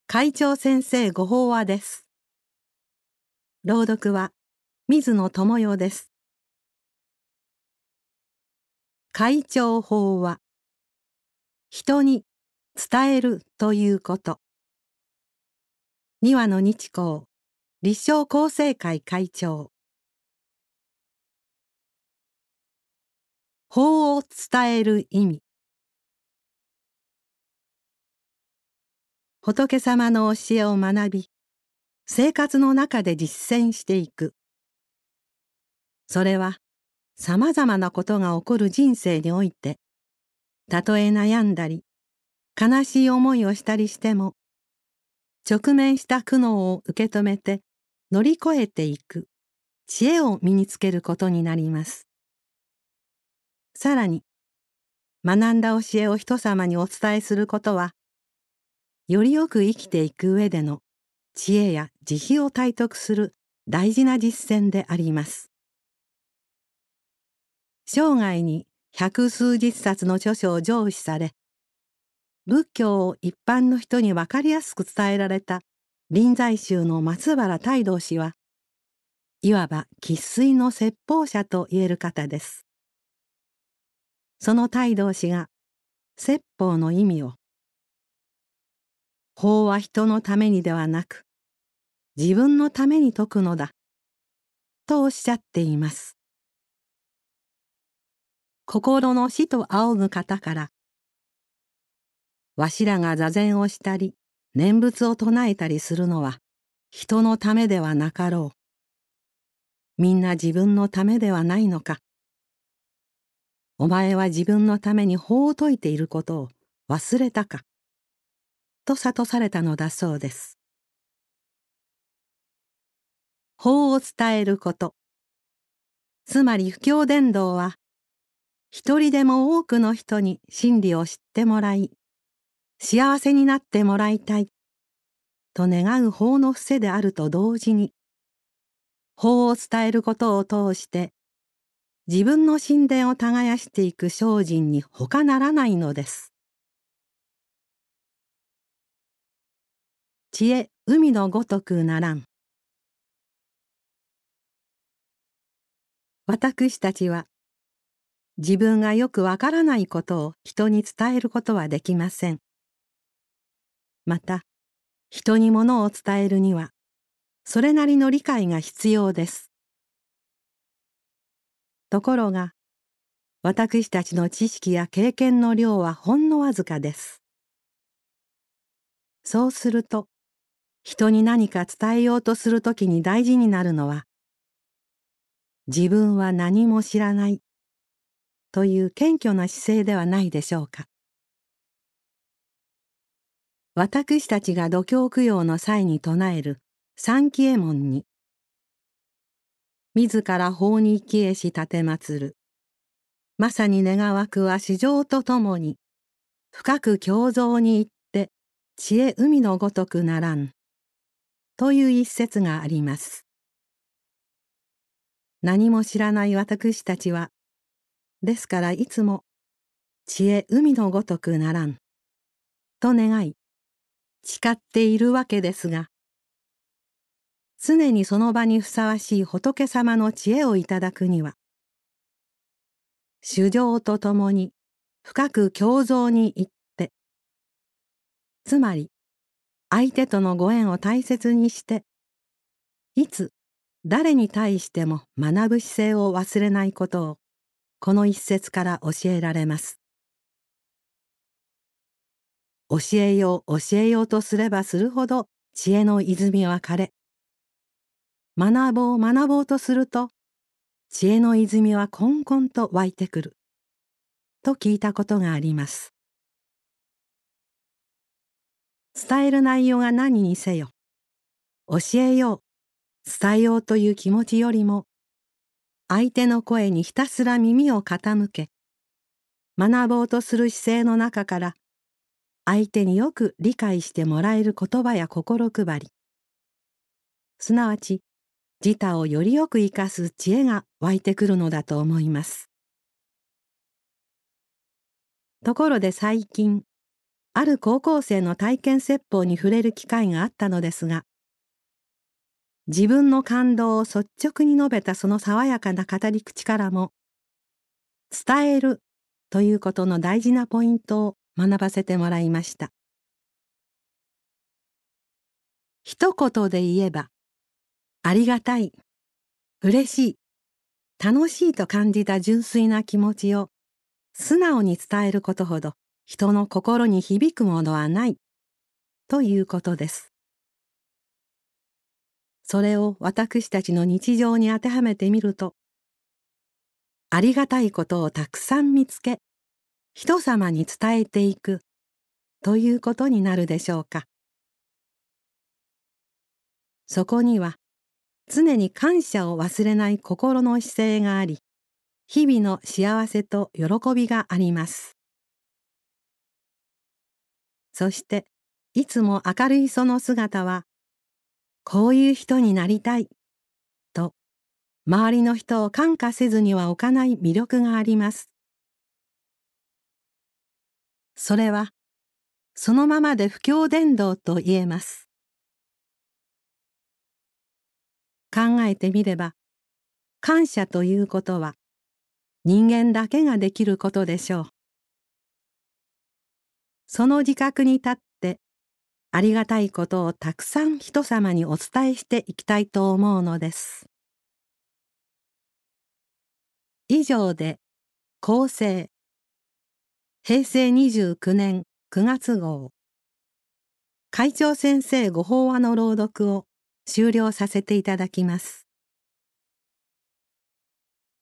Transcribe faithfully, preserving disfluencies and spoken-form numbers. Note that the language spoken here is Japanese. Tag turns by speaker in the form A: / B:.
A: 会長先生ご法話です。朗読は水野智代です。会長法話。人に伝えるということ。にわの日光立正厚生会会長。法を伝える意味。仏様の教えを学び、生活の中で実践していく。それはさまざまなことが起こる人生において、たとえ悩んだり、悲しい思いをしたりしても、直面した苦悩を受け止めて乗り越えていく知恵を身につけることになります。さらに、学んだ教えを人様にお伝えすることは、よりよく生きていく上での知恵や慈悲を体得する大事な実践であります。生涯に百数十冊の著書を上梓され、仏教を一般の人に分かりやすく伝えられた臨済宗の松原泰道氏は、いわば生粋の説法者と言える方です。その泰道氏が説法の意味を、法は人のためにではなく、自分のために説くのだ、とおっしゃっています。心の死と仰ぐ方から、わしらが座禅をしたり、念仏を唱えたりするのは、人のためではなかろう。みんな自分のためではないのか。お前は自分のために法を説いていることを忘れたか。と諭されたのだそうです。法を伝えること。つまり布教伝道は、一人でも多くの人に真理を知ってもらい、幸せになってもらいたい、と願う法の伏せであると同時に、法を伝えることを通して、自分の神殿を耕していく精進に他ならないのです。知恵海のごとくならん。私たちは、自分がよくわからないことを人に伝えることはできません。また、人に物を伝えるには、それなりの理解が必要です。ところが、私たちの知識や経験の量はほんのわずかです。そうすると、人に何か伝えようとするときに大事になるのは、自分は何も知らないという謙虚な姿勢ではないでしょうか。私たちが度胸供養の際に唱える三起右衛門に、自ら法に帰依し奉る、まさに願わくは衆生とともに、深く共造に行って知恵海のごとくならん、という一節があります。何も知らない私たちは、ですからいつも知恵海のごとくならん、と願い、誓っているわけですが、常にその場にふさわしい仏様の知恵をいただくには、衆生とともに深く共造に行って、つまり相手とのご縁を大切にして、いつ誰に対しても学ぶ姿勢を忘れないことを、この一節から教えられます。教えよう教えようとすればするほど知恵の泉は枯れ、学ぼう学ぼうとすると知恵の泉はこんこんと湧いてくる、と聞いたことがあります。伝える内容が何にせよ、教えよう、伝えようという気持ちよりも、相手の声にひたすら耳を傾け、学ぼうとする姿勢の中から、相手によく理解してもらえる言葉や心配り、すなわち自他をよりよく生かす知恵が湧いてくるのだと思います。ところで最近、 ある高校生の体験説法に触れる機会があったのですが、自分の感動を率直に述べたその爽やかな語り口からも、伝えるということの大事なポイントを学ばせてもらいました。一言で言えば、ありがたい、嬉しい、楽しいと感じた純粋な気持ちを素直に伝えることほど人の心に響くものはないということです。それを私たちの日常に当てはめてみると、ありがたいことをたくさん見つけ、人様に伝えていくということになるでしょうか。そこには常に感謝を忘れない心の姿勢があり、日々の幸せと喜びがあります。そしていつも明るいその姿は、こういう人になりたいと周りの人を感化せずにはおかない魅力があります。それはそのままで不協伝導と言えます。考えてみれば、感謝ということは人間だけができることでしょう。その自覚に立ってありがたいことをたくさん人様にお伝えしていきたいと思うのです。以上で構成へいせいにじゅうきゅうねんくがつ号会長先生ご法話の朗読を終了させていただきます。